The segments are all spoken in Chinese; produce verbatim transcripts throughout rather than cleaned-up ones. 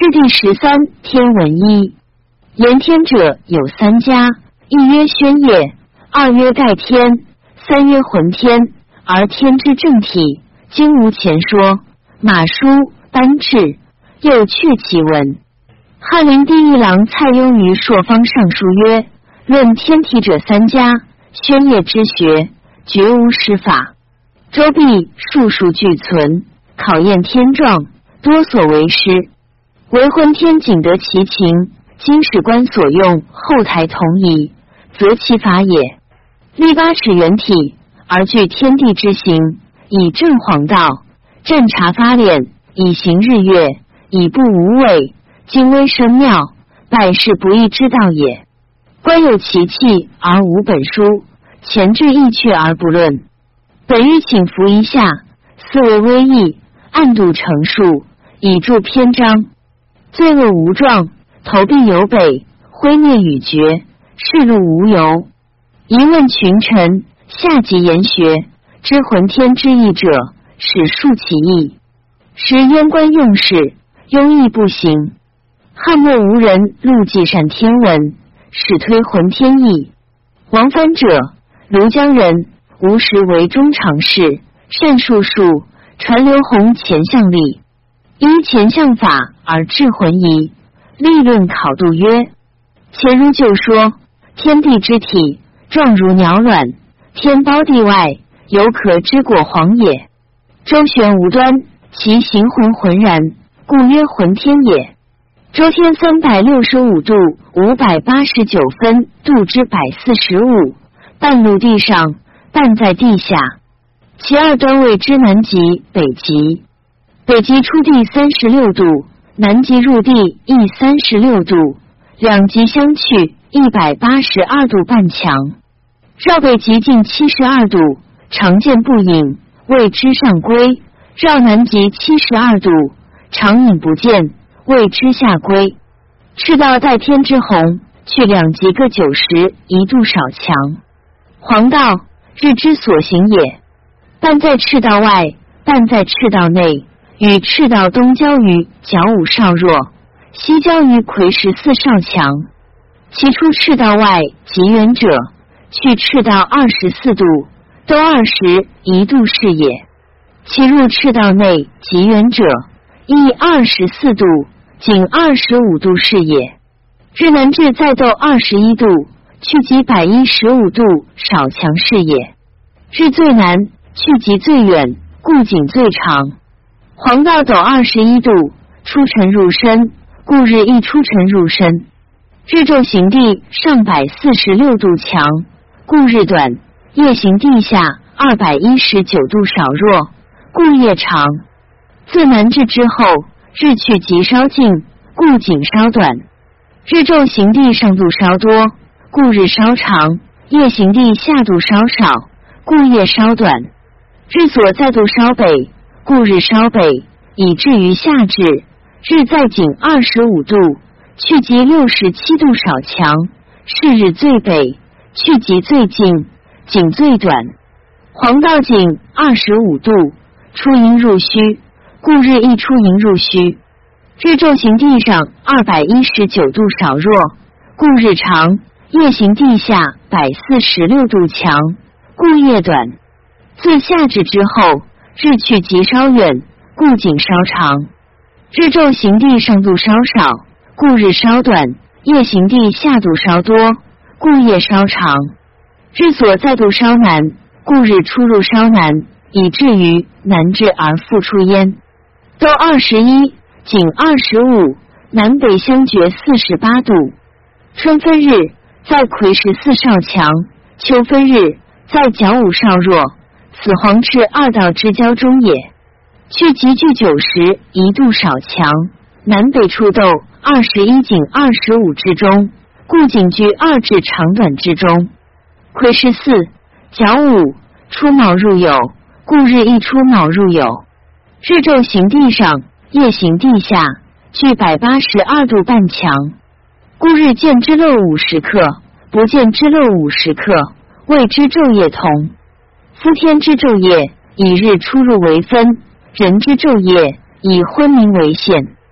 是第十三天文一。言天者有三家，一曰宣业，二曰盖天，三曰浑天，而天之正体，经无前说。马书、班志又去其文。翰林第一郎蔡邕于朔方上书曰：论天体者三家，宣业之学，绝无失法。周必数数俱存，考验天状，多所为师。唯浑天仅得其情，经史官所用，后台同仪，则其法也。立八尺圆体，而具天地之行，以正黄道，占察发敛，以行日月，以不无畏，精微深妙，百事不易之道也。官有其器而无本书，前置意趣而不论。本日请服一下，思维微义，暗度成数，以著篇章。罪恶无状，投币有北，灰灭与绝，世路无由。疑问群臣，下级研学，知浑天之意者，使述其意。时燕官用事，庸易不行。汉末无人录记善天文，使推浑天意。王藩者，庐江人，无时为中常侍，善术数，传刘弘前相力。依前相法而治浑仪，立论考度曰：前如就说，天地之体，状如鸟卵，天包地外，犹可知果黄也。周旋无端，其行浑浑然，故曰浑天也。周天三百六十五度五百八十九分，度之百四十五，半陆地上，半在地下。其二端位之南极、北极。北极出地三十六度，南极入地亦三十六度，两极相去一百八十二度半强。绕北极近七十二度，常见不隐，谓之上归；绕南极七十二度，常隐不见，谓之下归。赤道带天之红，去两极各九十一度少强。黄道，日之所行也，半在赤道外，半在赤道内，与赤道东交于角五少弱，西交于癸十四少强。其出赤道外极远者，去赤道二十四度，都二十一度是也。其入赤道内极远者，亦二十四度，仅二十五度是也。日南至再斗二十一度，去极百一十五度少强是也。日最南，去极最远，故仅最长。黄道斗二十一度，出辰入申，故日亦出辰入申。日昼行地上百四十六度强，故日短；夜行地下二百一十九度少弱，故夜长。自南至之后，日去极稍近，故仅稍短；日昼行地上度稍多，故日稍长；夜行地下度稍少，故夜稍短。日所在度稍北，故日稍北，以至于夏至，日在仅二十五度，去极六十七度少强，是日最北；去极最近，仅最短。黄道仅二十五度，出阴入虚，故日亦出阴入虚。日昼行地上二百一十九度少弱，故日长；夜行地下百四十六度强，故夜短。自夏至之后，日去极稍远，故仅稍长；日昼行地上度稍少，故日稍短；夜行地下度稍多，故夜稍长。日所在度稍南，故日出入稍南，以至于南至而复出焉。都二十一，仅二十五，南北相绝四十八度。春分日在癸十四少强，秋分日在角五少弱，此黄赤二道之交中也。去极距九十一度少强，南北处斗二十一仅二十五之中，故仅居二至长短之中。癸十四，角五出卯入酉，故日亦出卯入酉。日昼行地上，夜行地下，距百八十二度半强，故日见之漏五十克，不见之漏五十克，谓之昼夜同。夫天之昼夜，以日出入为分；人之昼夜，以昏明为限。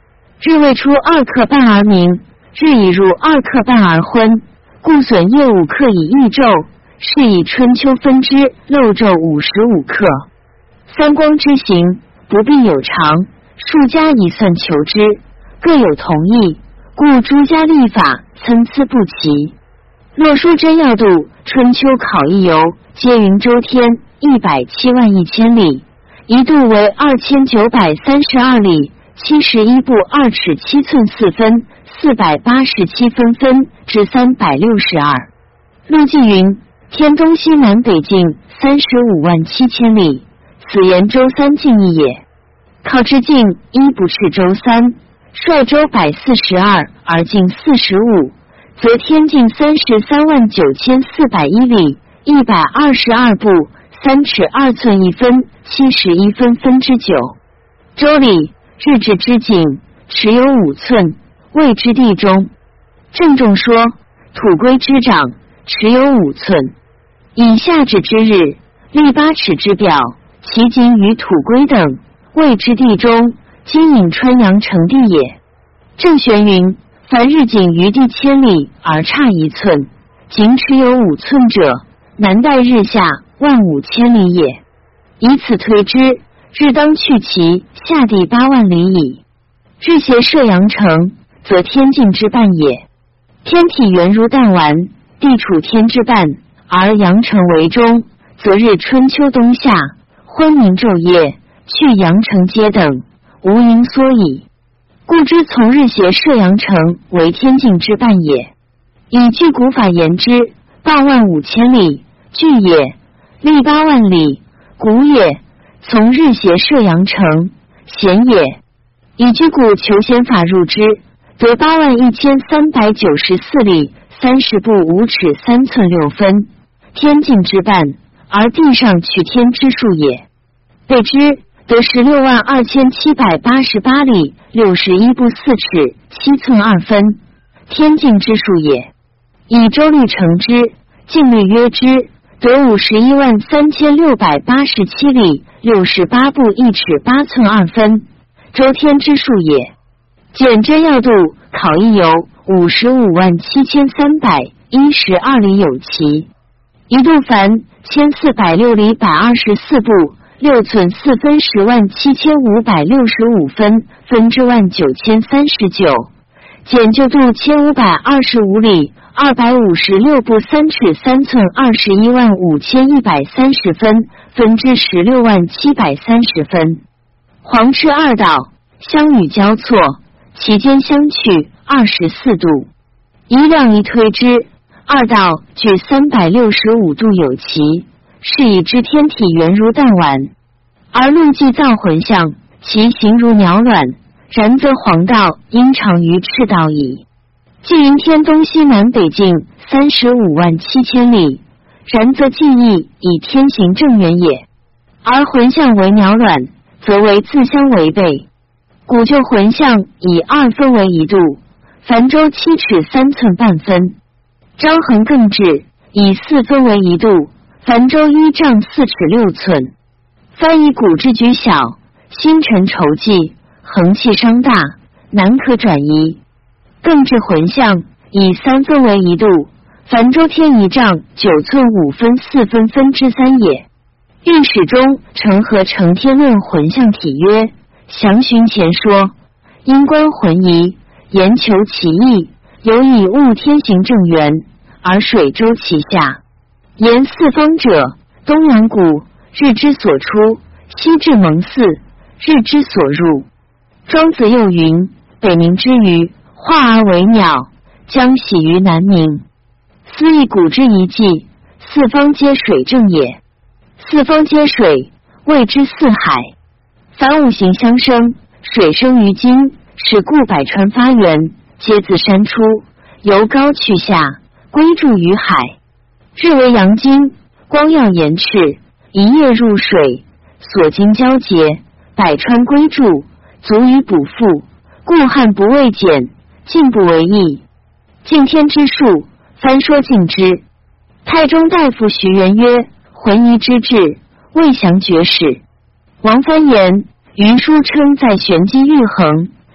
日未出二刻半而明，日已入二刻半而昏，故损夜五刻以御昼，是以春秋分之，漏昼五十五刻。三光之行，不必有常，数家以算求之，各有同义，故诸家历法参差不齐。洛书真要度春秋考一游，皆云周天一百七万一千里，一度为二千九百三十二里，七十一步二尺七寸四分，四百八十七分分至三百六十二。陆记云：天东西南北径三十五万七千里，此言周三径一也。考之径一不斥周三，率周百四十二而径四十五，则天径三十三万九千四百一里，一百二十二步，三尺二寸一分，七十一分分之九。周礼日至之径，尺有五寸，谓之地中。郑仲说：土龟之掌，尺有五寸。以夏至之日，立八尺之表，其仅与土龟等，谓之地中。今颍川阳城地也。郑玄云：凡日仅于地千里而差一寸，仅尺有五寸者，南代日下万五千里也。以此推之，日当去其下地八万里矣。日斜射阳城，则天境之半也。天体圆如弹丸，地处天之半，而阳城为中，则日春秋冬夏，昏明昼夜，去阳城皆等，无盈缩矣。故知从日斜射阳城为天境之半也。以据古法言之，八万五千里，据也；历八万里，古也。从日斜射阳城，咸也。以居古求贤法入之，得八万一千三百九十四里，三十步五尺三寸六分，天境之半，而地上取天之数也。备之，得十六万二千七百八十八里，六十一步四尺七寸二分，天境之数也。以周律成之，径律约之，得五十一万三千六百八十七里，六十八步一尺八寸二分，周天之数也。简真要度考一游，五十五万七千三百一十二里有奇。一度凡千四百六里百二十四步，六寸四分十万七千五百六十五分，分之万九千三十九。简就度千五百二十五里，二百五十六步三尺三寸二十一万五千一百三十分，分之十六万七百三十分。黄赤二道，相与交错，其间相去二十四度。以量一推之，二道距三百六十五度有奇，是以知天体圆如弹丸。而陆记造魂象，其形如鸟卵，然则黄道应长于赤道矣。既云天东西南北径三十五万七千里，然则记忆以天行正圆也。而魂象为鸟卵，则为自相违背。古旧魂象以二分为一度，凡周七尺三寸半分。张衡更制，以四分为一度，凡周一丈四尺六寸。翻以古之举小，星辰筹计，恒气商大，难可转移。更制魂象以三分为一度，凡周天一丈九寸五分四分分之三也。御史中成和成天论魂象体曰：详询前说，因观魂仪，言求其意，有以物天行正圆，而水周其下。言四方者，东阳谷，日之所出，西至蒙巳，日之所入。庄子又云：北冥之鱼，化而为鸟，将徙于南冥。斯以古之一纪，四方皆水正也。四方皆水，谓之四海。凡五行相生，水生于金，是故百川发源，皆自山出，由高去下，归注于海。日为阳经，光耀炎赤，一夜入水，所经交结，百川归注，足以补复，故汉不畏简，进不为易。敬天之术，翻说敬之。太中大夫徐元曰：浑仪之志，未详绝史。王翻言：余书称在玄机玉衡，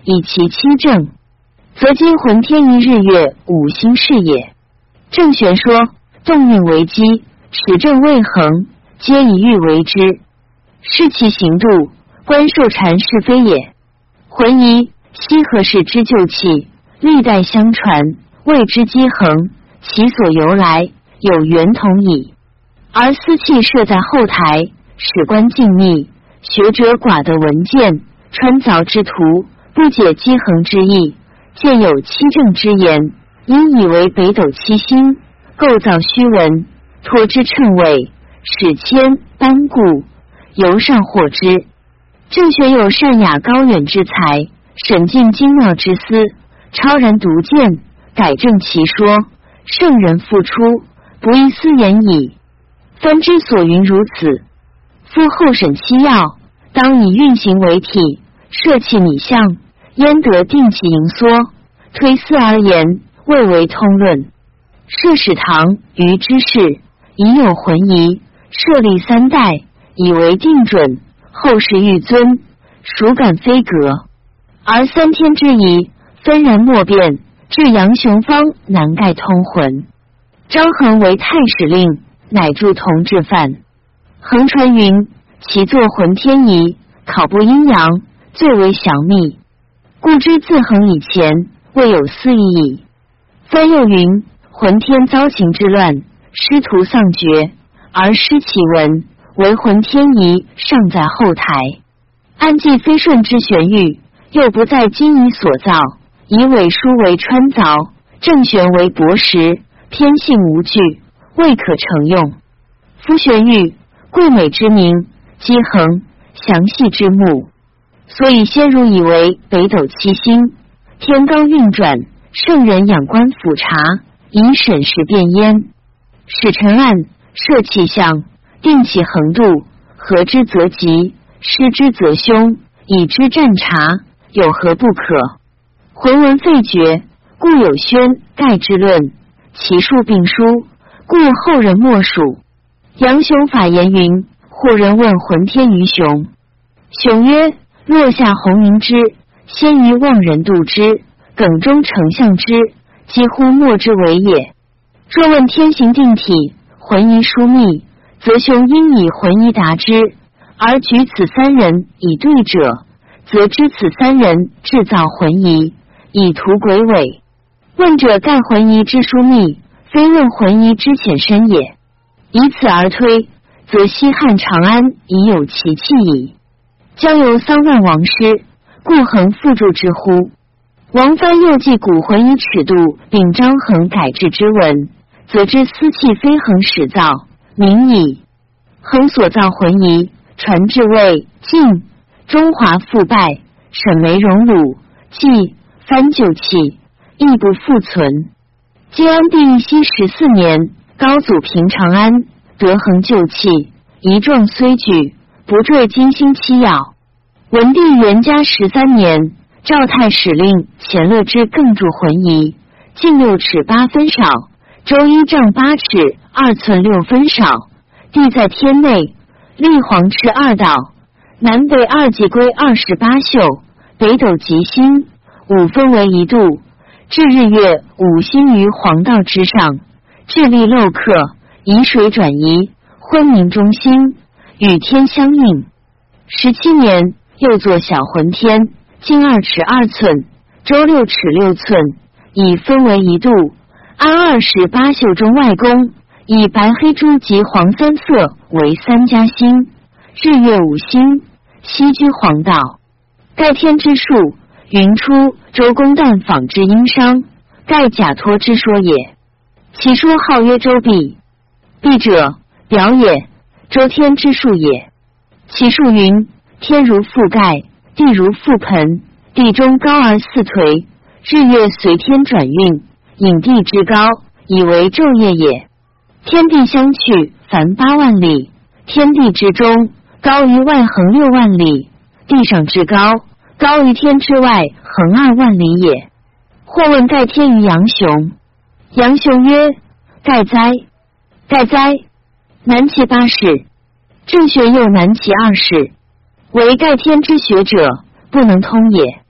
以其七正，则今浑天一日月五星是也。郑玄说：动运为基，持正未恒，皆以欲为之，是其行度，观受禅是非也。浑仪羲和氏之旧器，历代相传，谓之机衡，其所由来，有源同矣。而司器设在后台，史官静谧，学者寡得文见，穿凿之徒不解机衡之意，见有七正之言，因以为北斗七星，构造虚文，托之称谓，使谦班固，由上获之。郑玄有善雅高远之才，审尽精妙之思，超然独见，改正其说，圣人复出，不亦思言矣。凡之所云如此，夫后审其要，当以运行为体，设其拟象，焉得定其盈缩，推思而言，谓为通论。设始唐于之事，已有浑仪，设立三代，以为定准，后世欲尊，孰敢非格？而三天之仪，纷然莫辨，至杨雄方难盖通浑。张衡为太史令，乃著同治范。衡传云：其作浑天仪，考不阴阳，最为详密，故知自衡以前，未有思议矣。翻又云：浑天遭情之乱，师徒丧绝，而失其文，为浑天仪尚在后台。按记非顺之玄谕，又不在今仪所造，以伪书为穿凿，正玄为博识，偏信无据，未可成用。夫玄谕，贵美之名，机衡详细之目，所以先儒以为北斗七星，天罡运转，圣人仰观俯察，以审时辨焉。使陈案，设气象，定其衡度，合之则吉，失之则凶，以知战察，有何不可？浑文废绝，故有宣盖之论，其数并书，故后人莫属。杨雄法言云：或人问浑天于雄，雄曰：落下鸿明之，先于望人度之，耿中丞相之，几乎莫之为也。若问天行定体，浑仪疏密，则雄应以浑仪答之，而举此三人以对者，则知此三人制造浑仪，以图鬼伪。问者盖浑仪之疏密，非问浑仪之浅深也。以此而推，则西汉长安已有其器矣。将由桑万王师，故衡附注之乎？王藩又记古浑仪尺度，并张衡改制之文，则知司器非衡始造，明矣。衡所造浑仪，传至魏晋，中华复败，沈眉荣辱，纪藩旧器，亦不复存。晋安帝熙十四年，高祖平长安，得衡旧器，仪状虽具，不坠金星七曜。文帝元嘉十三年，赵太史令钱乐之更著浑仪，近六尺八分少，周一丈八尺二寸六分少，地在天内，立黄赤二道，南北二极归二十八宿，北斗吉星，五分为一度，至日月五星于黄道之上，智力漏刻，以水转移，昏明中星，与天相应。十七年，又作小浑天，径二尺二寸，周六尺六寸，以分为一度，安二十八宿中外宫，以白黑朱及黄三色为三家星，日月五星，西居黄道。盖天之数，云出周公旦访之殷商，盖假托之说也。其说号曰周必，必者表也，周天之数也。其数云：天如覆盖，地如覆盆，地中高而四颓，日月随天转运，引地之高，以为昼夜也。天地相去，凡八万里，天地之中，高于外横六万里，地上之高，高于天之外横二万里也。或问盖天于杨雄，杨雄曰：盖哉，盖哉，南其八世。郑玄又南其二世，为盖天之学者，不能通也。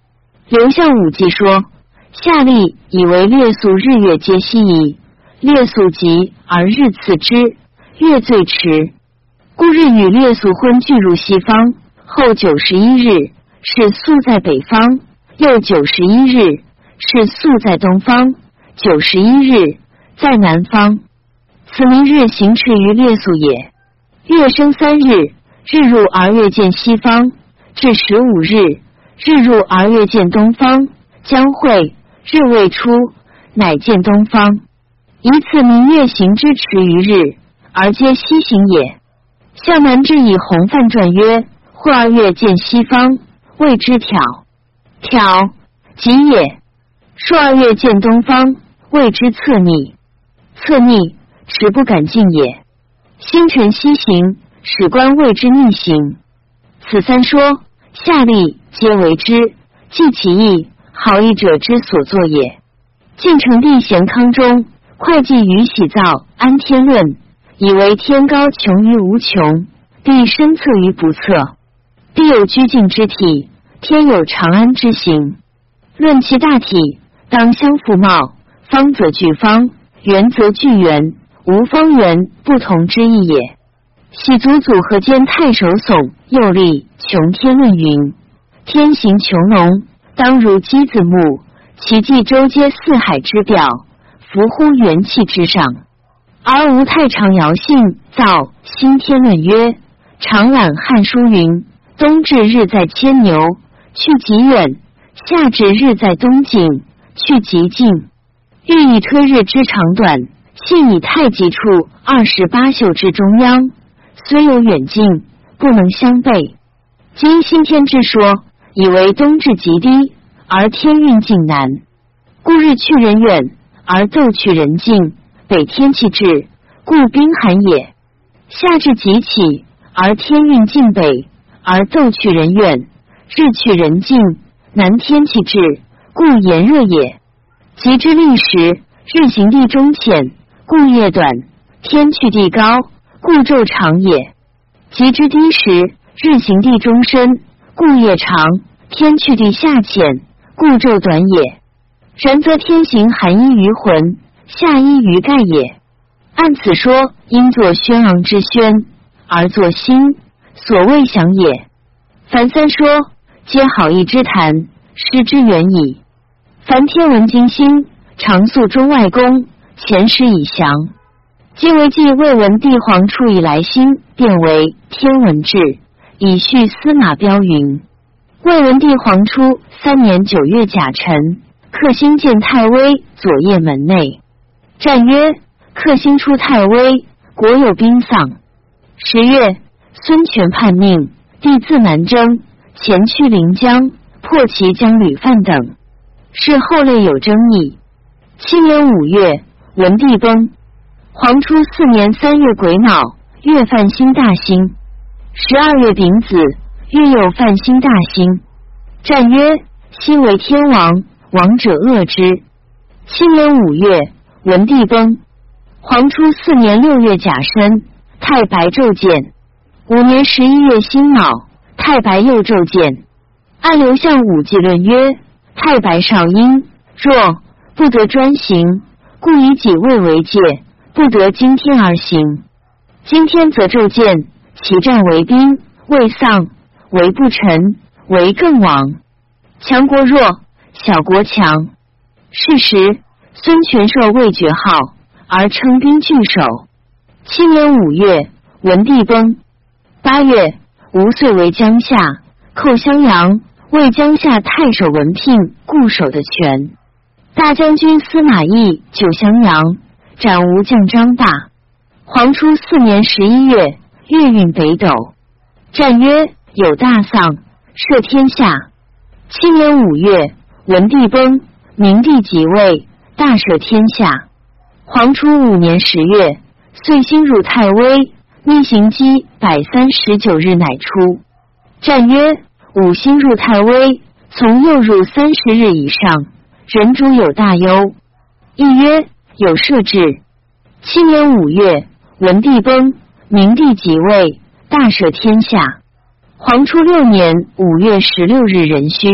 刘向武记说：夏历以为列宿日月皆息矣，列宿急而日次之，月最迟。故日与列宿昏俱入西方，后九十一日是宿在北方，又九十一日是宿在东方，九十一日在南方。此名日行迟于列宿也。月生三日，日入而月见西方，至十五日，日入而月见东方，将会日未出，乃见东方。以此名月行之迟于日，而皆西行也。向南之以洪范传曰：或二月见西方，谓之挑，挑极也；数二月见东方，谓之侧逆，侧逆迟不敢进也。星辰西行，史官谓之逆行。此三说，下例皆为之，记其意，好义者之所作也。晋成帝咸康中，会稽于喜造安天论，以为天高穷于无穷，地深侧于不测。地有居静之体，天有长安之形。论其大体，当相复貌，方则俱方，圆则俱圆，无方圆不同之意也。喜祖组合间太守耸又立穷天论云：天行穷农，当如箕子木，其际周皆四海之表，浮乎元气之上。而吴太常尧信造新天论曰：常览汉书云：冬至日在牵牛，去极远；夏至日在东井，去极近。欲以推日之长短，信以太极处二十八宿之中央，虽有远近，不能相悖。今新天之说，以为冬至极低，而天运近南，故日去人远，而昼去人近，北天气至，故冰寒也。夏至极起，而天运近北，而昼去人远，日去人近，南天气至，故炎热也。极之历时，日行地中浅，故夜短；天去地高，故昼长也。极之低时，日行地中深，故夜长；天去地下浅，故昼短也。然则天行寒依于浑，夏依于盖也。按此说，应作轩昂之轩，而作心，所谓祥也。凡三说，皆好义之谈，失之远矣。凡天文经星，常宿中外宫，前时以详。今为继魏文帝皇初以来兴，变为天文志，以续司马彪云：魏文帝皇初三年九月甲辰，克星见太微左掖门内。战曰：克星出太微，国有兵丧。十月，孙权叛命，帝自南征，前去临江，破其将吕范等，是后类有争议。七年五月，文帝崩。黄初四年三月癸卯，月犯星大星。十二月丙子，月有犯星大星。战曰：星为天王，王者恶之。七年五月，文帝崩。黄初四年六月甲申，太白昼见。五年十一月辛卯，太白又昼见。按刘向武记论曰：太白少阴，若不得专行，故以己位为界，不得经天而行。经天则昼见，其战为兵，为丧，为不臣，为更亡。强国弱，小国强。是时，孙权受魏爵号，而称兵据守。七年五月，文帝崩。八月，吴遂为江夏，寇襄阳，为江夏太守文聘固守的权。大将军司马懿救襄阳，斩吴将张霸。黄初四年十一月，月运北斗。战曰：有大丧，赦天下。七年五月，文帝崩，明帝即位，大赦天下。黄初五年十月，岁星入太微，逆行期百三十九日乃出。战曰：五星入太微，从右入三十日以上，人主有大忧。亦曰：有赦制。七年五月，文帝崩，明帝即位，大赦天下。黄初六年五月十六日壬戌，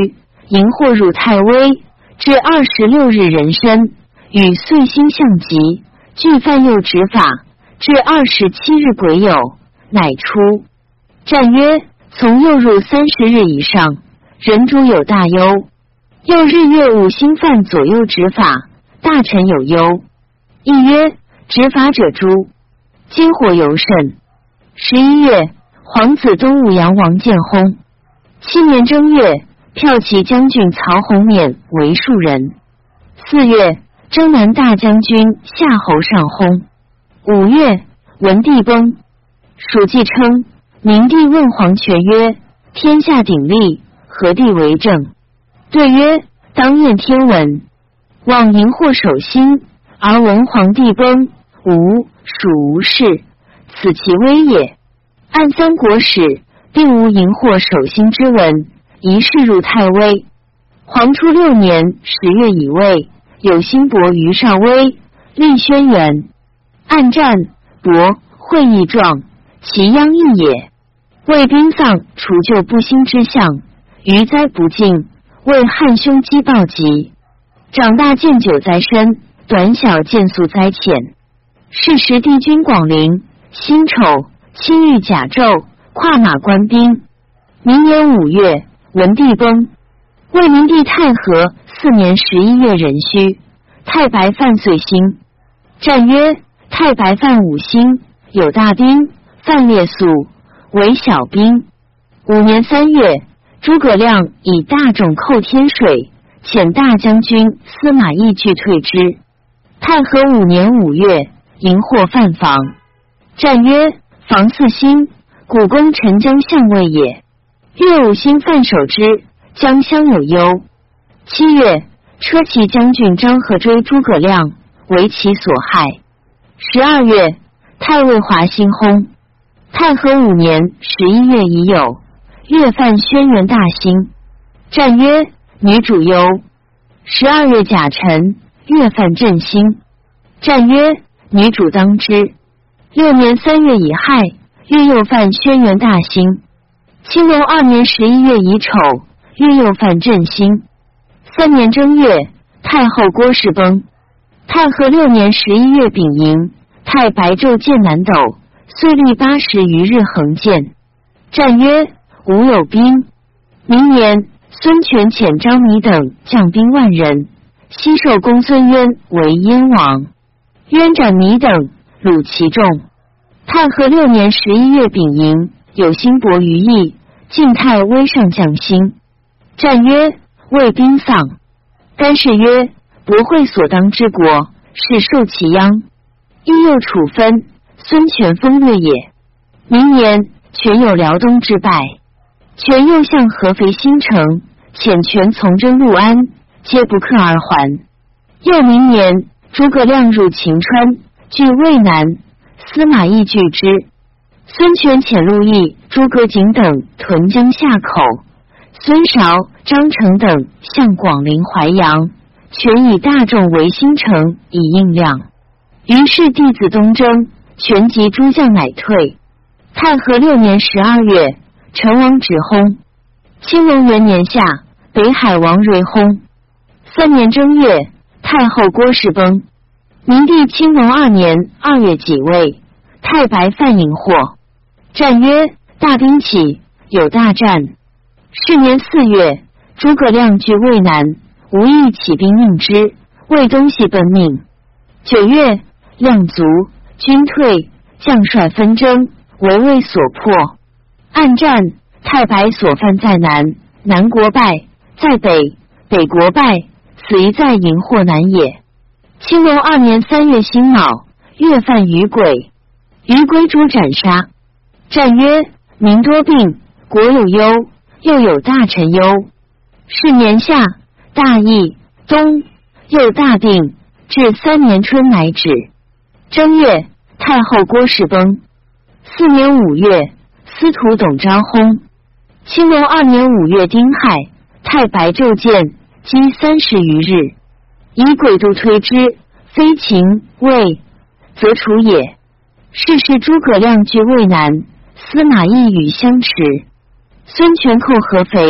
荧惑入太微，至二十六日壬申，与岁星相吉，具犯右指法，至二十七日癸酉，乃出。战曰：从右入三十日以上，人主有大忧。又日月五星犯左右指法，大臣有忧。亦曰：执法者诛，金火尤甚。十一月，皇子东武阳王建薨。七年正月，骠骑将军曹洪勉为庶人。四月，征南大将军夏侯尚薨。五月，文帝崩。蜀纪称，明帝问黄权曰：天下鼎立，何地为政？对曰：当验天文。望荧惑守心，而闻皇帝崩，吾属无事，此其危也。按三国史，并无荧惑守心之文，一事入太微。黄初六年十月乙未，有辛伯于少微，立轩辕。按战伯会议状，其殃异也。为兵丧除旧不兴之象，余灾不尽，为汉凶积暴疾。长大见久灾深，短小见速灾浅。是时帝君广陵，辛丑，亲御甲胄，跨马官兵。明年五月，文帝崩。魏明帝太和四年十一月壬戌，太白犯岁星。战曰：太白犯五星，有大兵，犯列宿，为小兵。五年三月，诸葛亮以大众寇天水，遣大将军司马懿拒退之。太和五年五月，荧惑犯房。战曰：房四星，古公陈江相位也。月五星犯守之，将相有忧。七月，车骑将军张合追诸葛亮，为其所害。十二月，太尉华兴薨。太和五年十一月乙酉，月犯轩辕大星。战曰：女主忧。十二月甲辰，月犯震星。战曰：女主当之。六年三月乙亥，月又犯轩辕大星。青龙二年十一月乙丑，月又犯震星。三年正月，太后郭氏崩。太和六年十一月丙寅，太白昼见南斗，遂历八十余日横见。战曰：吾有兵。明年，孙权遣张弥等将兵万人，西授公孙渊为燕王。渊斩弥等，虏其众。太和六年十一月丙寅，有辛伯于邑，晋太微上将星。战曰：魏兵丧。干氏曰：伯会所当之国，是受其殃。亦又处分，孙权封略也。明年，权有辽东之败，权又向合肥新城，遣权从征陆安，皆不克而还。又明年，诸葛亮入秦川，据渭南，司马懿拒之。孙权遣陆毅、诸葛瑾等屯江夏口，孙韶、张成等向广陵、淮阳，权以大众为新城，以应量。于是弟子东征，权及诸将乃退。太和六年十二月，陈王直薨。清隆元年夏，北海王蕤薨。三年正月，太后郭氏崩。明帝清隆二年二月己未，太白犯荧惑。战曰：大兵起，有大战。是年四月，诸葛亮据渭南，吴懿起兵应之，魏东西奔命。九月，亮卒，军退，将帅纷争，为魏所破。暗战，太白所犯在南，南国败；在北，北国败。此一在荧惑南也。清隆二年三月辛卯，月犯于癸，于归诸斩杀。战曰：民多病，国有忧，又有大臣忧。是年夏，大疫，冬，又大病，至三年春乃止。正月，太后郭氏崩。四年五月，司徒董昭薨。清隆二年五月丁亥，太白昼见，积三十余日，以鬼度推之，非秦魏，则楚也。是时诸葛亮据渭南，司马懿与相持。孙权寇合肥，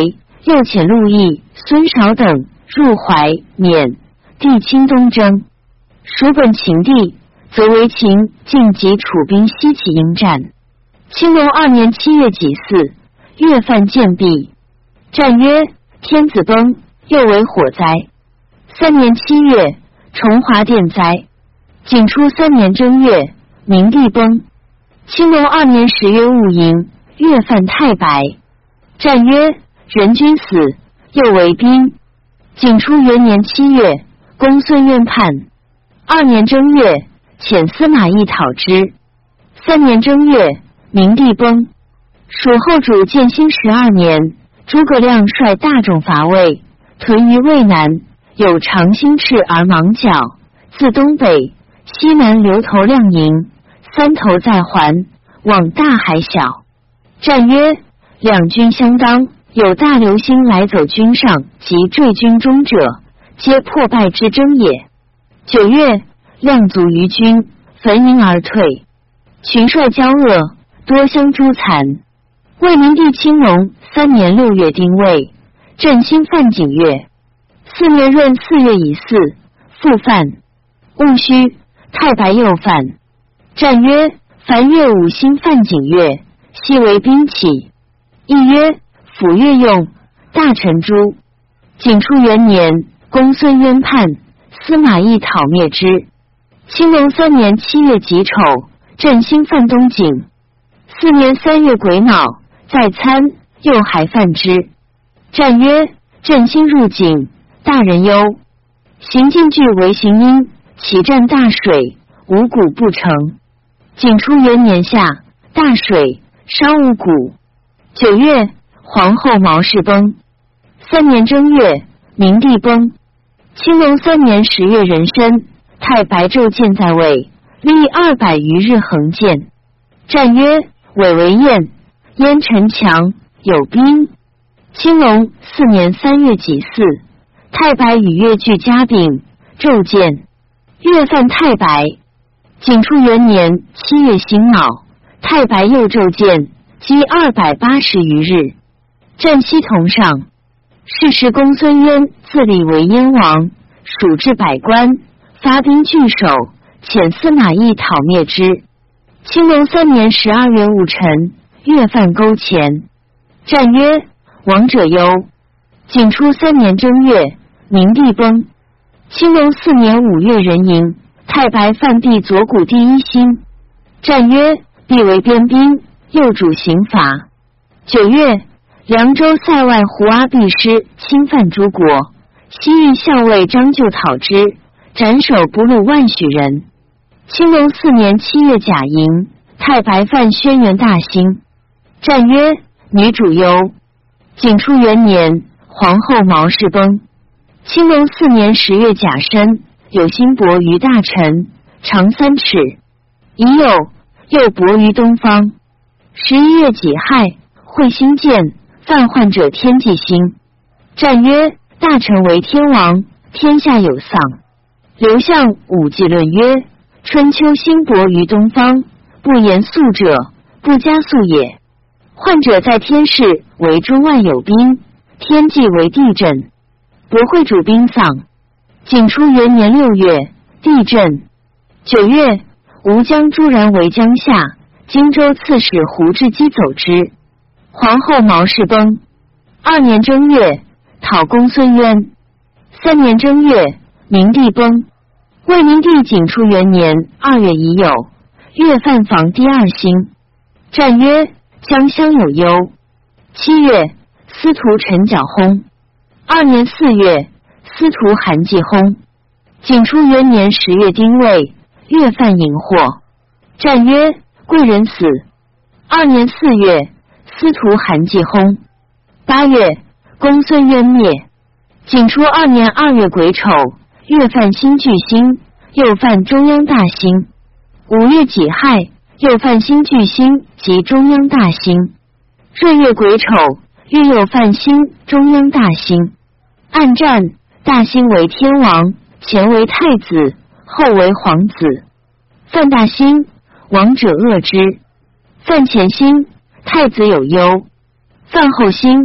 又遣陆毅、孙韶等入淮、缅、地清东征。蜀本秦地，则为秦晋及楚兵西起应战。青龙二年七月己巳，月犯建壁，战曰：天子崩，又为火灾。三年七月，重华殿灾。景初三年正月，明帝崩。青龙二年十月戊寅，月犯太白，战曰：人君死，又为兵。景初元年七月，公孙渊叛。二年正月，遣司马懿讨之。三年正月，明帝崩。蜀后主建兴十二年，诸葛亮率大众伐魏，屯于渭南，有长兴赤而芒角，自东北、西南流头亮营，三头在环，往大海小。战曰：两军相当，有大流星来走军上及坠军中者，皆破败之争也。九月，亮卒于军，焚营而退。群帅骄恶，多相诛残。魏明帝青龙三年六月丁未，振兴犯景月。四年闰四月乙巳，复犯。戊戌，太白又犯。战曰：凡月五星犯景月，悉为兵起。亦曰：辅月用，大臣诛。景初元年，公孙渊叛，司马懿讨灭之。青龙三年七月己丑，振兴犯东景。四年三月癸卯，在参，又还犯之。战曰：振兴入景，大人忧。行进据为行阴，起战大水，五谷不成。景初元年夏，大水，烧五谷。九月，皇后毛氏崩。三年正月，明帝崩。青龙三年十月壬申，太白昼见在位，历二百余日横见。战曰：伪为燕，燕陈强，有兵。青龙四年三月己巳，太白与月俱嘉丙，昼见。月犯太白。景初元年七月辛卯，太白又昼见，积二百八十余日。战西同上。是时公孙渊自立为燕王，蜀至百官，发兵拒守，遣司马懿讨灭之。青龙三年十二月戊辰，月犯勾前。战曰：王者忧。景初三年正月，明帝崩。青龙四年五月壬寅，太白犯毕左谷第一星。战曰：必为边兵，又主刑罚。九月，凉州塞外胡阿毕师侵犯诸国，西域校尉张就讨之，斩首不戮万许人。青龙四年七月甲寅，太白犯轩辕大兴。战曰：女主忧。景初元年，皇后毛氏崩。青龙四年十月甲申，有辛伯于大臣，长三尺。已有，又伯于东方。十一月己亥，会星见，犯患者天际星。战曰：大臣为天王，天下有丧。刘向武纪论曰：春秋辛伯于东方，不言速者，不加速也。患者在天市为中外有兵，天际为地震。伯会主兵丧。景初元年六月，地震。九月，吴将朱然为江夏，荆州刺史胡志基走之。皇后毛氏崩。二年正月，讨公孙渊。三年正月，明帝崩。魏明帝景初元年二月乙酉，月犯房第二星。战曰：江乡有忧。七月，司徒陈缴薨。二年四月，司徒韩季薨。景初元年十月丁未，月犯荧惑。战曰：贵人死。二年四月，司徒韩季薨。八月，公孙渊灭。景初二年二月癸丑，月犯新巨星，又犯中央大星。五月己亥，又犯新巨星及中央大星。闰月癸丑，月又犯新中央大星。按战，大星为天王，前为太子，后为皇子。犯大星，王者恶之。犯前星，太子有忧。犯后星，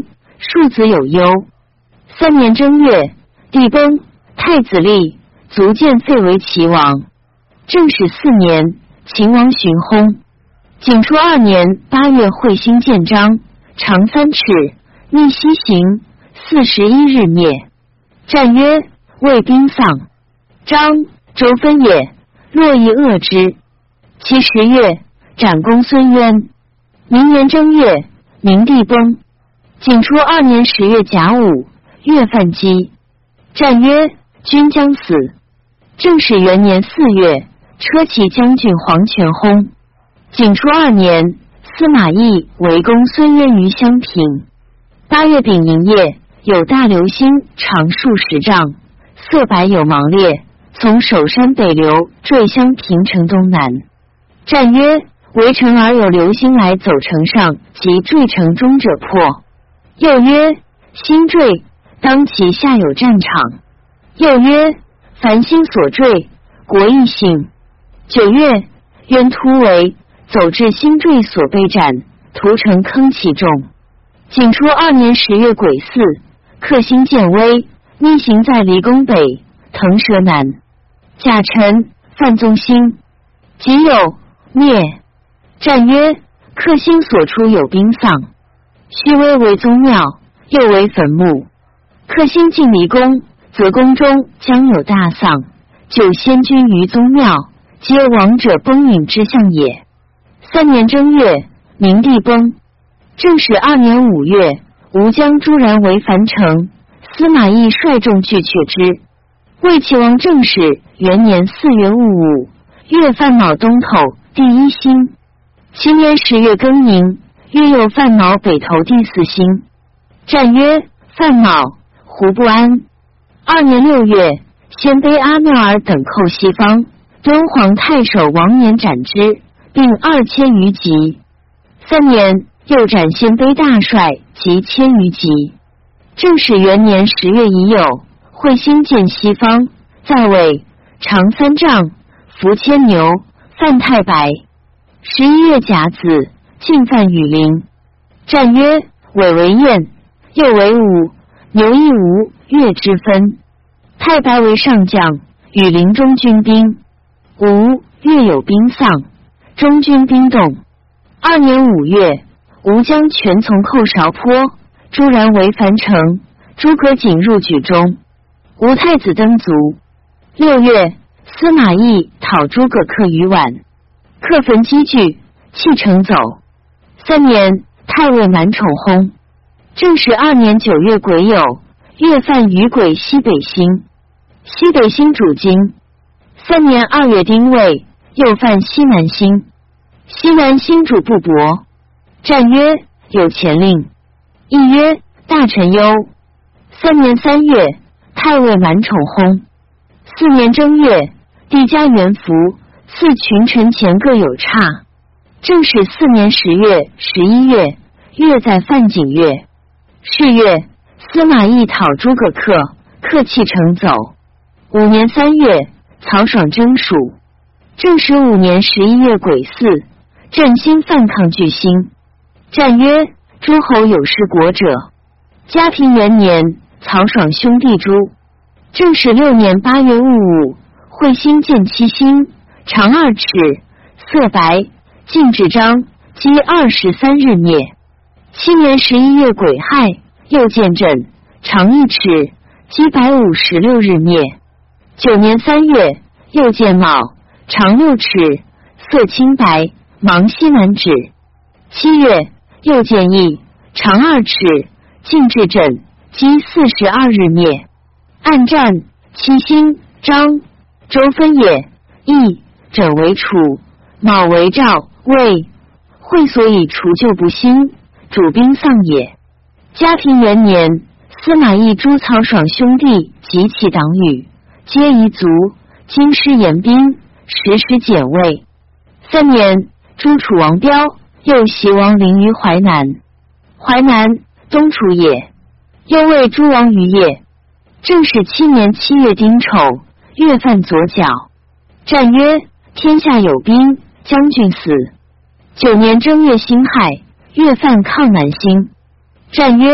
庶子有忧。三年正月，帝崩，太子立，卒建废为齐王。正始四年，秦王寻薨。景初二年八月，彗星见章，长三尺，逆西行，四十一日灭。战曰：魏兵丧。章，周分也，洛邑恶之。其十月，斩公孙渊。明年正月，明帝崩。景初二年十月甲午，月犯鸡。战曰：君将死。正始元年四月，车骑将军黄权薨。景初二年，司马懿围攻孙渊于襄平。八月丙寅夜，有大流星，长数十丈，色白有芒裂，从首山北流，坠襄平城东南。战曰：围城而有流星来，走城上，及坠城中者破。又曰：星坠，当其下有战场。又曰：凡星所坠，国亦幸。九月，渊突围，走至星坠所被斩，屠城坑其中。景初二年十月癸巳，克星渐微，逆行在离宫北，腾蛇南。甲辰，犯宗兴。己酉，灭。战曰：克星所出有兵丧。虚微为宗庙，又为坟墓。克星进离宫，则宫中将有大丧。九先君于宗庙，皆亡者崩殒之象也。三年正月，明帝崩。正始二年五月，吴将朱然为樊城，司马懿率众拒却之。魏齐王正始元年四月戊午，月犯卯东头第一星。其年十月庚寅，月又犯卯北头第四星。战曰：犯卯，胡不安。二年六月，鲜卑阿妙尔等寇西方，敦煌太守王冕斩之，并二千余级。三年，又斩鲜卑大帅及千余级。正始元年十月乙酉，彗星见西方，在尾，长三丈，伏牵牛，犯太白。十一月甲子，进犯羽林。战曰：尾为燕，又为武，牛亦无月之分。太白为上将，羽林中军兵。吴月有兵丧，中军兵动。二年五月，吴将全从寇韶坡，朱然为樊城，诸葛瑾入举中。吴太子登卒。六月，司马懿讨诸葛恪于宛，克焚积聚，弃城走。三年，太尉满宠薨。正始二年九月癸酉，月犯于癸西北星。西北星主金。三年二月丁未，又犯西南星。西南星主不伯。战曰：有前令。亦曰：大臣忧。三年三月，太尉满宠薨。四年正月，帝加元服，赐群臣前各有差。正始四年十月、十一月，月在犯景月。是月，司马懿讨诸葛恪，恪弃城走。五年三月，曹爽征蜀。正始五年十一月癸巳，振兴犯抗巨星。战曰：诸侯有失国者。嘉平元年，曹爽兄弟诛。正始六年八月戊午，彗星见七星，长二尺，色白，进至章，积二十三日灭。七年十一月癸亥，又见震，长一尺，积百五十六日灭。九年三月，又见卯，长六尺，色青白，芒西南指。七月，又见羿，长二尺，进至震，积四十二日灭。暗战，七星，章，周分也。羿，枕为楚，卯为赵，魏。会所以除旧不新，主兵丧也。嘉平元年，司马懿诛曹爽兄弟及其党羽，皆夷族，京师严兵，时时检卫。三年，诛楚王彪，又袭王陵于淮南。淮南，东楚也。又为诸王于业。正始七年七月丁丑，月犯左脚。战曰：天下有兵，将军死。九年正月辛亥，月犯抗南星。战曰：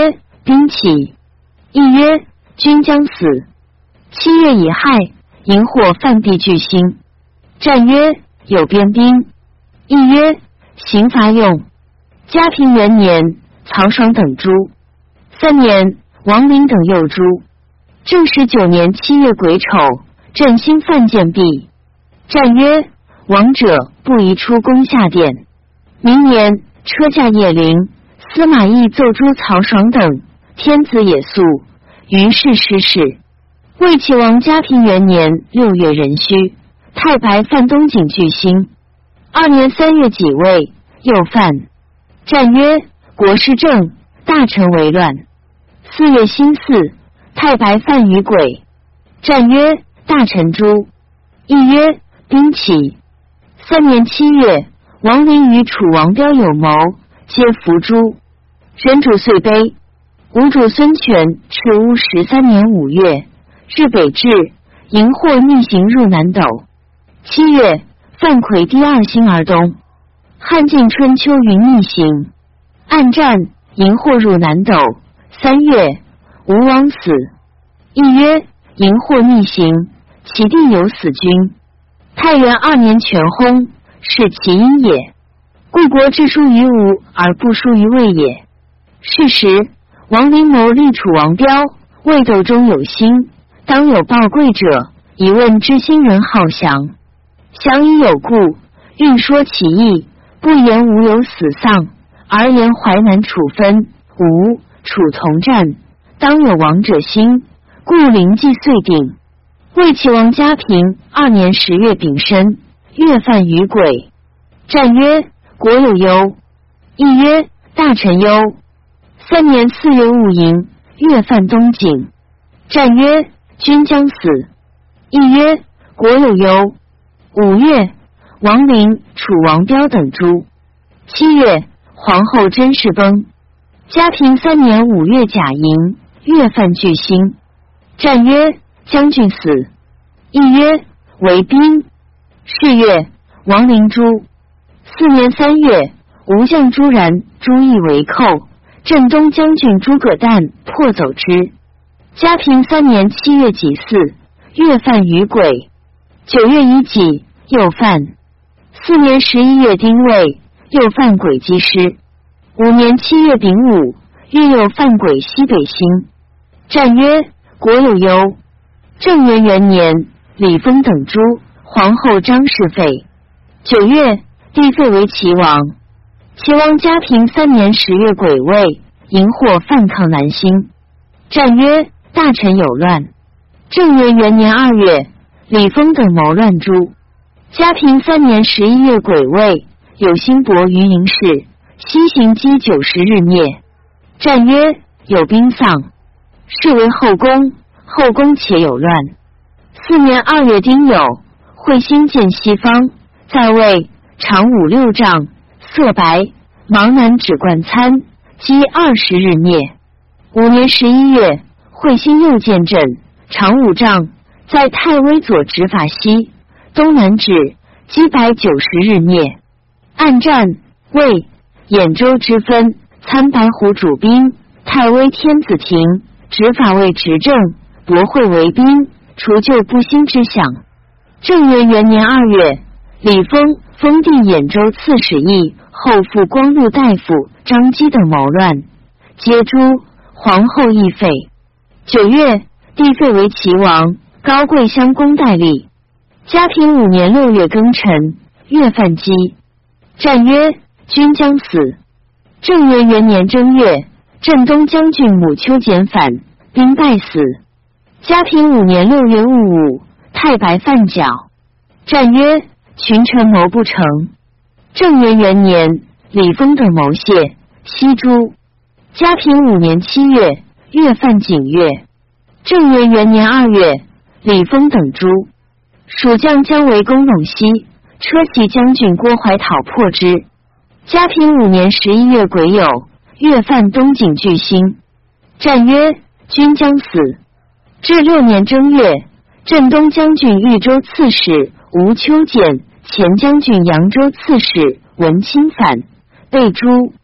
兵起。亦曰：君将死。七月乙亥，荧惑犯避巨星。战曰：有边兵。亦曰：刑罚用。嘉平元年，曹爽等诛。三年，王陵等又诛。正十九年七月癸丑，振兴犯见毕。战曰：王者不宜出宫下殿。明年，车驾夜灵，司马懿奏诛曹爽等，天子也肃，于是失事。魏齐王嘉平元年六月壬戌，太白犯东景巨星。二年三月己未，又犯。战曰：国事正，大臣为乱。四月辛巳，太白犯于癸。战曰：大臣诛。亦曰：兵起。三年七月，王陵与楚王彪有谋，皆伏诛。人主遂悲。吴主孙权赤乌十三年五月，至北至，荧惑逆行入南斗。七月，范魁第二星而东。汉晋春秋云逆行，暗战，荧惑入南斗。三月，吴王死。亦曰：荧惑逆行，其地有死君。太元二年全薨，是其因也。故国之疏于吴而不疏于魏也。是时，王陵谋立楚王彪，魏斗中有星，当有报贵者，以问知心人好降。降以有故，欲说其意，不言吴有死丧，而言淮南楚分，吴楚同战，当有王者兴，故灵计遂定。魏齐王嘉平二年十月丙申，月犯于癸。战曰：国有忧。亦曰：大臣忧。三年四月戊寅，月犯东景。战曰：君将死。亦曰：国有忧。五月，王陵、楚王彪等诛。七月，皇后甄氏崩。嘉平三年五月甲寅，月犯巨星。战曰：将军死。亦曰：为兵。是月，王陵诛。四年三月，吴将朱然、朱毅为寇，镇东将军诸葛诞破走之。嘉平三年七月己巳，月犯于癸。九月乙己，又犯。四年十一月丁未，又犯癸击师。五年七月丙午，月又犯癸西北星。战曰：国有忧。正元元年，李丰等诛，皇后张氏废。九月，帝废为齐王。齐王嘉平三年十月癸未，荧惑犯抗南星。战曰：大臣有乱。正元元年二月，李丰等谋乱诛。嘉平三年十一月癸未，有辛伯于营室，西行击九十日灭。战曰：有兵丧。是为后宫，后宫且有乱。四年二月丁酉，彗星见西方，在位，长五六丈，色白，芒南指冠参，击二十日灭。五年十一月，彗星又见震，长五丈，在太微左指法西，东南指，击百九十日灭。暗战，魏、兖州之分，参白虎主兵，太微天子庭，执法为执政，博会为兵，除旧不新之想。正元元年二月，李丰封地兖州刺史役，后复光禄大夫张基等谋乱，皆诛，皇后亦废。九月，帝废为齐王，高贵乡公代理。嘉平五年六月庚辰，月犯鸡。战曰：君将死。正元元年正月，镇东将军母丘简反，兵败死。嘉平五年六月戊午，太白犯剿。战曰：群臣谋不成。正元元年，李丰等谋谢，悉诛。嘉平五年七月，月犯景月。正元元年二月，李丰等诛。蜀将姜维攻陇西，车骑将军郭淮讨破之。嘉平五年十一月癸酉，月犯东景巨星。战曰：君将死。至六年正月，镇东将军豫州刺史吴丘简、前将军扬州刺史文钦反，被诛。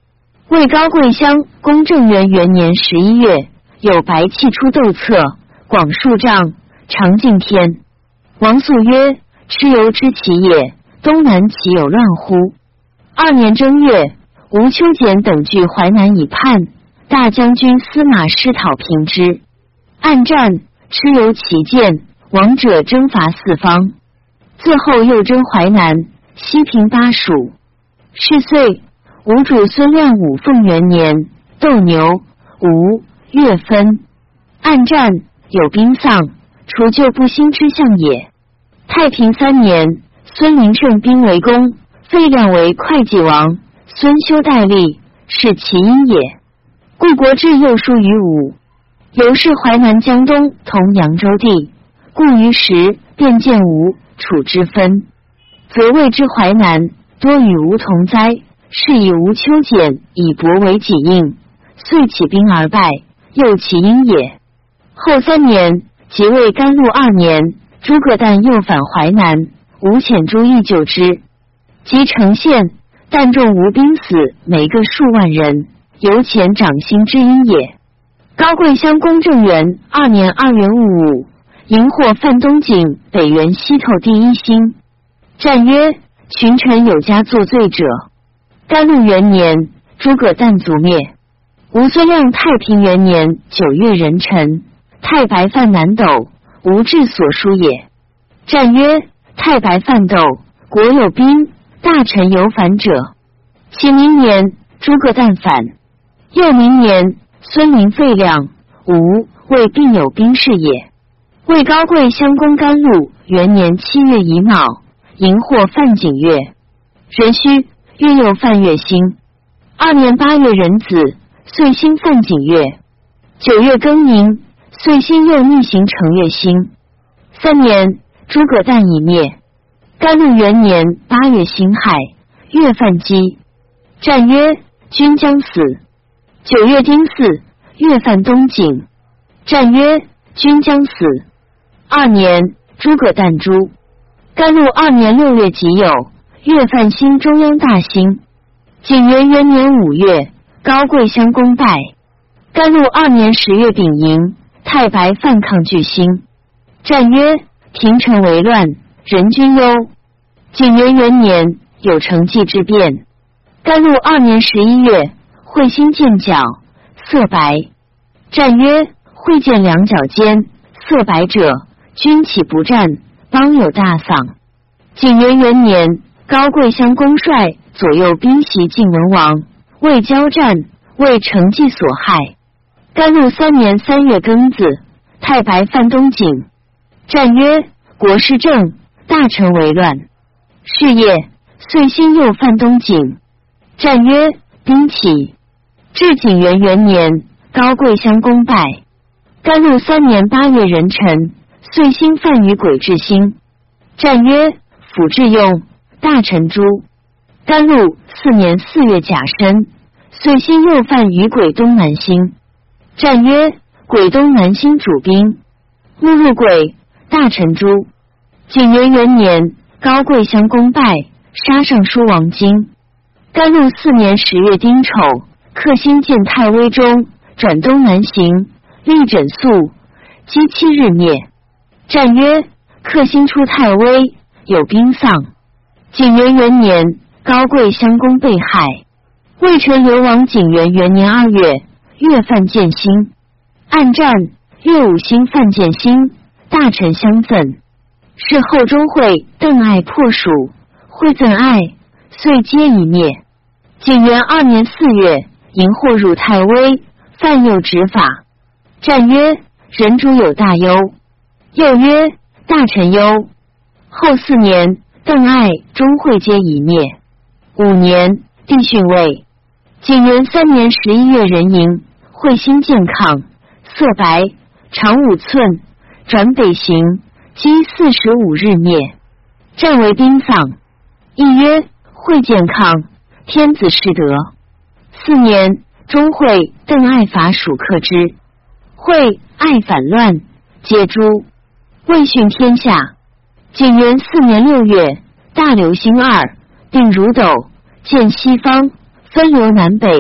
魏高贵乡公正元元年十一月，有白气出斗侧，广数丈，长近天。王肃曰：蚩尤之其也，东南岂有乱乎？二年正月，吴秋俭等据淮南以叛，大将军司马师讨平之。暗战，蚩尤其见，王者征伐四方。自后又征淮南，西平巴蜀。是岁，吴主孙亮武凤元年，斗牛，吴月分。暗战，有兵丧，除旧不兴之象也。太平三年，孙林胜兵围攻，费亮为会稽王，孙修代立，是其因也。故国志又疏于吴。由是淮南江东同扬州地，故于时便见吴楚之分，则谓之淮南多与吴同灾，是以吴秋俭以博为己应，遂起兵而败，又其因也。后三年，即为甘露二年，诸葛诞又返淮南，吴遣诸义救之，及成县，但众吴兵死，每个数万人，由遣掌心之因也。高贵乡公正元二年二月戊午，荧惑犯东景北原西透第一星。战曰：群臣有家作罪者。甘露元年，诸葛诞族灭。吴孙亮太平元年九月壬辰，太白犯南斗，吴志所书也。战曰：太白犯斗，国有兵，大臣有反者。其明年，诸葛诞反。又明年，孙林废亮，吴魏并有兵事也。魏高贵乡公甘露元年七月乙卯，荧惑犯景月。壬戌，月又犯月星。二年八月壬子，岁星犯景月。九月庚寅，岁星又逆行成月星。三年，诸葛诞已灭。甘露元年八月辛亥，月犯鸡。战曰：君将死。九月丁巳，月犯东景。战曰：君将死。二年，诸葛诞诛。甘露二年六月己酉，月犯辛中央大星。景元元年五月，高贵乡公败。甘露二年十月丙寅，太白犯抗巨星。战曰：平城为乱，人君忧。景元元年，有成纪之变。甘露二年十一月，彗星见角，色白。战曰：彗见两角间，色白者，君岂不战？邦有大丧。景元元年，高贵乡公率左右兵袭晋文王，为交战，为成纪所害。甘露三年三月庚子，太白犯东景。战曰：国事正，大臣为乱。是夜，岁星又犯东景。战曰：兵起。至景元元年，高贵乡公败。甘露三年八月壬辰，岁星犯于癸至星。战曰：辅至用，大臣诛。甘露四年四月甲申，岁星又犯于癸东南星。战曰：癸东南星主兵，勿入癸，大臣诛。景元元年，高贵乡公败，杀尚书王经。甘露四年十月丁丑，克星见太微中，转东南行，立枕宿，积七日灭。战曰：克星出太微，有兵丧。景元元年，高贵乡公被害。魏臣流亡景元元年二月，月犯建星。暗战，月五星犯建星，大臣相赠。是后中会邓艾破蜀，会赠艾，遂皆已灭。景元二年四月，荧惑入太微，犯又执法。战曰：人主有大忧。又曰：大臣忧。后四年，邓艾、钟会皆已灭。五年，帝逊位。景元三年十一月壬寅，彗星见亢，色白，长五寸，转北行，积四十五日灭。战为兵丧。亦曰：会见亢，天子失德。四年，钟会、邓艾伐蜀克之。会、艾反乱，皆诛。魏逊天下。景元四年六月，大流星二，定汝斗，见西方，分流南北，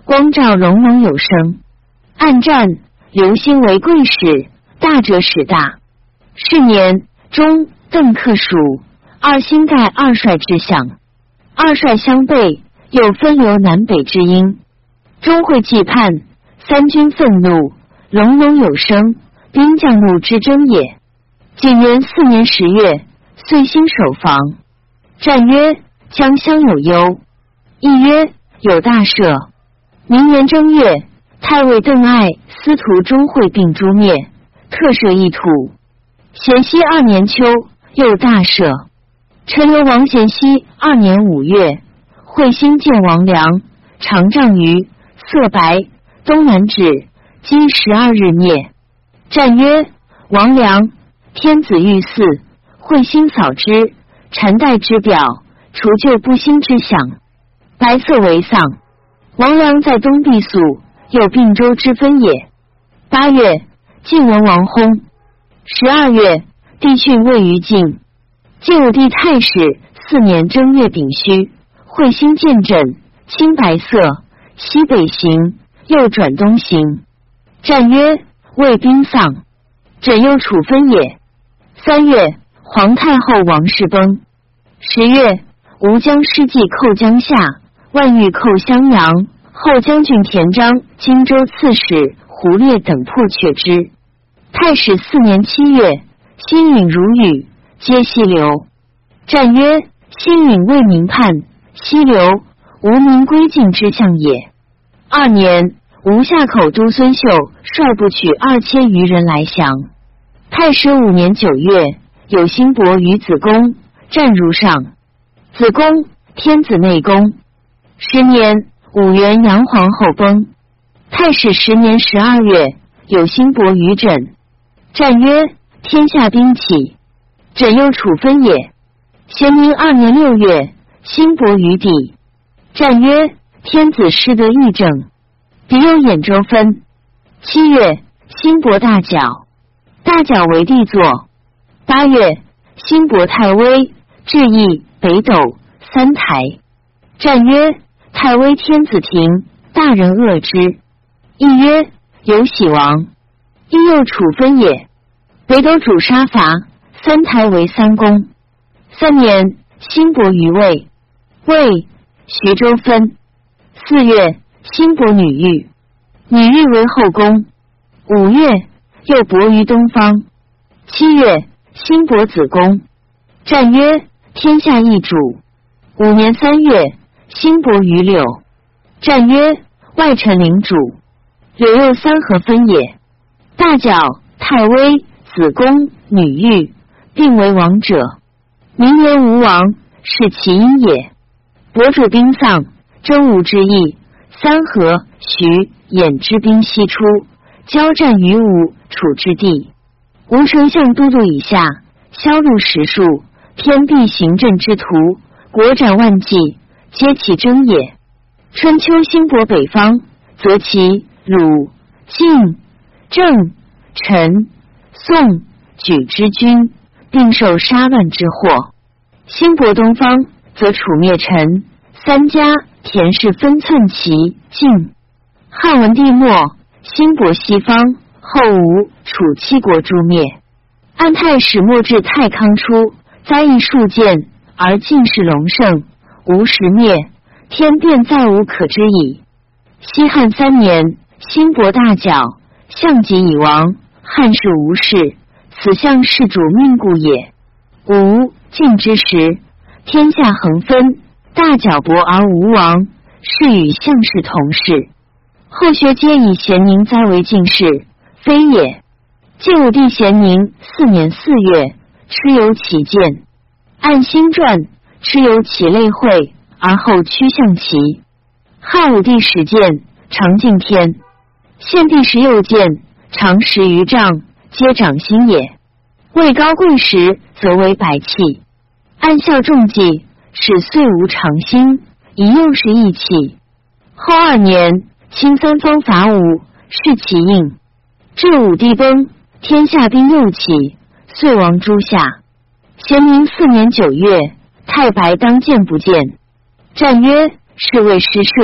光照隆隆有声。暗战，流星为贵使，大者使大。是年，中邓克属二星盖二帅之相，二帅相悖，又分流南北之音。钟会既叛，三军愤怒，隆隆有声，兵将怒之争也。景元四年十月，岁星守防。战曰：江乡有忧。亦曰：有大赦。明年正月，太尉邓艾、司徒钟会并诛灭，特赦一土。咸熙二年秋，又大赦。陈留王咸熙二年五月，彗星见王良，长丈余，色白，东南指，今十二日灭。战曰：王良，天子御祀，彗星扫之，禅代之表，除旧不新之象，白色为丧。王良在东避宿，有并州之分也。八月，晋文王薨。十二月，帝训位于晋。晋武帝太史四年正月丙戌，彗星见枕，青白色，西北行，又转东行。战曰：魏兵丧，枕又处分也。三月，皇太后王氏崩。十月，吴将师季寇江夏，万欲寇襄阳，后将军田章、荆州刺史胡烈等破却之。太史四年七月，新允如雨，皆西流。战曰：新允为民叛，西流，无民归晋之象也。二年，吴夏口都孙秀率部取二千余人来降。太史五年九月，有辛伯于子宫，战如上。子宫，天子内宫。十年，武元阳皇后崩。太史十年十二月，有辛伯于枕。战曰：天下兵起，枕又处分也。咸宁二年六月，辛伯于底。战曰：天子失得议政，彼又兖州分。七月，辛伯大剿，大剿为帝作。八月，辛伯太微，至邑、北斗、三台。战曰：太微天子庭，大人恶之。亦曰：有喜王，亦又处分也。北斗主杀伐，三台为三公。三年，辛伯于魏，魏徐州分。四月，辛伯女御，女御为后宫。五月，又伯于东方。七月，辛伯子宫。战曰：天下易主。五年三月，辛伯于柳。战曰：外臣领主。柳又三合分也。大剿、太微、子宫、女御，并为王者。明年吴王，是其因也。伯主兵丧，征吴之意，三合、徐、兖之兵西出，交战于吴、楚之地。吴丞相都督以下，销路十数，偏避行阵之徒，国斩万计，皆其争也。春秋兴伯北方，则其鲁、晋、郑、陈、宋、莒之君，并受杀乱之祸。兴伯东方，则楚灭陈、三家、田氏分寸齐、晋。汉文帝末，兴伯西方，后吴、楚七国诛灭。按太史末至太康初，灾异数见，而晋室隆盛，吴时灭，天变再无可知矣。西汉三年，兴伯大剿，项籍已亡，汉室无事，此项世主命故也。吴、晋之时，天下横分，大剿伯而无王，是与项氏同事。后学皆以咸宁灾为晋室，非也。晋武帝咸宁四年四月，蚩尤其见。按新传，蚩尤其类会，而后趋向其。汉武帝始见，长敬天。献帝时又见，长十余丈，皆长心也。位高贵时，则为百器。按效重计，使岁无长心，以用是义气。后二年，清三方伐吴，是其应。至武帝崩，天下兵又起，遂亡诸夏。咸宁四年九月，太白当见不见。战曰：是谓失射，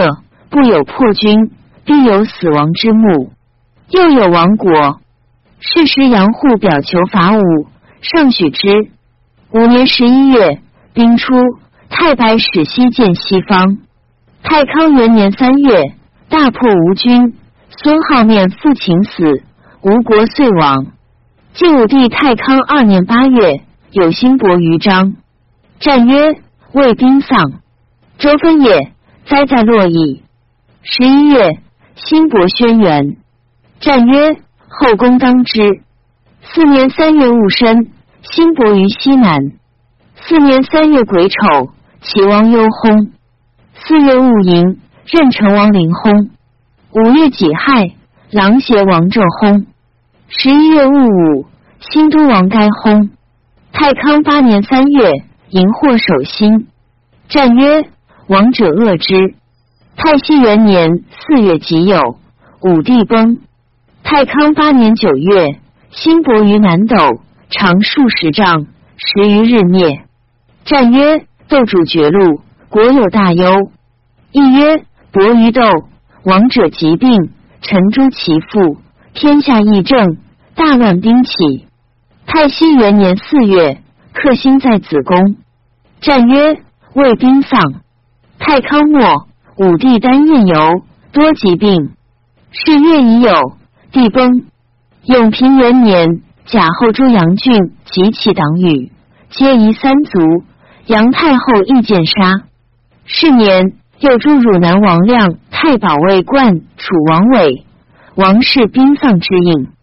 不有破军，必有死亡之幕，又有亡国。是时杨户表求伐吴，上许之。五年十一月，兵出，太白使西见西方。太康元年三月，大破吴军，孙皓面父秦死，吴国遂亡。晋武帝太康二年八月，有辛伯于章，战曰：魏兵丧，周分也，灾在洛邑。十一月，辛伯轩辕，战曰：后宫当之。四年三月戊申，辛伯于西南。四年三月癸丑，齐王忧薨。四月戊寅，壬辰王陵薨。五月己亥，琅邪王纣薨。十一月戊午，新都王该薨。太康八年三月，荧惑守心，战曰：王者恶之。太熙元年四月己酉，武帝崩。太康八年九月，辛伯于南斗，长数十丈，十余日灭。战曰：斗主绝路，国有大忧。亦曰：伯于斗，王者疾病，臣诛其父，天下议政，大乱兵起。太熙元年四月，克星在子宫。战曰：魏兵丧。太康末，武帝单宴游，多疾病。是月已酉，帝崩。永平元年，贾后诛杨俊及其党羽，皆夷三族。杨太后亦见杀。是年，又诛汝南王亮、太保卫冠、楚王伟，王氏兵丧之应。